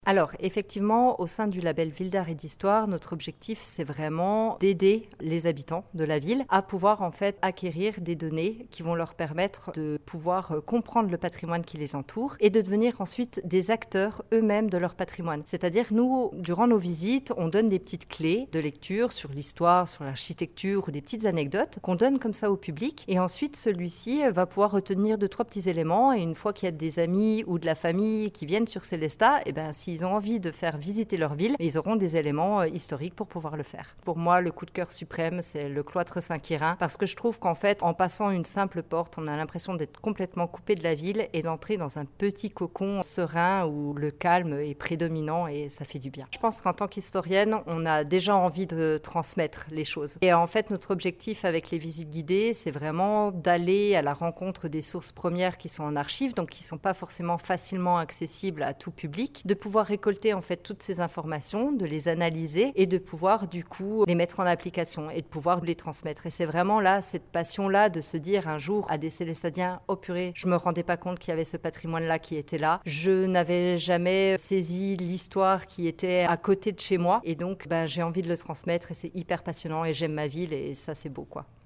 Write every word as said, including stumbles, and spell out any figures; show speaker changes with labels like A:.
A: Alors, effectivement, au sein du label Ville d'Art et d'Histoire, notre objectif, c'est vraiment d'aider les habitants de la ville à pouvoir en fait acquérir des données qui vont leur permettre de pouvoir comprendre le patrimoine qui les entoure et de devenir ensuite des acteurs eux-mêmes de leur patrimoine. C'est-à-dire, nous, durant nos visites, on donne des petites clés de lecture sur l'histoire, sur l'architecture ou des petites anecdotes qu'on donne comme ça au public. Et ensuite, celui-ci va pouvoir retenir deux, trois petits éléments. Et une fois qu'il y a des amis ou de la famille qui viennent sur Célestat, et ben, si ils ont envie de faire visiter leur ville, ils auront des éléments historiques pour pouvoir le faire. Pour moi, le coup de cœur suprême, c'est le cloître Saint-Quirin, parce que je trouve qu'en fait, en passant une simple porte, on a l'impression d'être complètement coupé de la ville et d'entrer dans un petit cocon serein où le calme est prédominant et ça fait du bien. Je pense qu'en tant qu'historienne, on a déjà envie de transmettre les choses. Et en fait, notre objectif avec les visites guidées, c'est vraiment d'aller à la rencontre des sources premières qui sont en archives, donc qui ne sont pas forcément facilement accessibles à tout public, de pouvoir récolter en fait toutes ces informations, de les analyser et de pouvoir du coup les mettre en application et de pouvoir les transmettre. Et c'est vraiment là cette passion-là de se dire un jour à des Célestadiens, oh purée, je me rendais pas compte qu'il y avait ce patrimoine-là qui était là. Je n'avais jamais saisi l'histoire qui était à côté de chez moi et donc ben, j'ai envie de le transmettre et c'est hyper passionnant et j'aime ma ville et ça c'est beau quoi.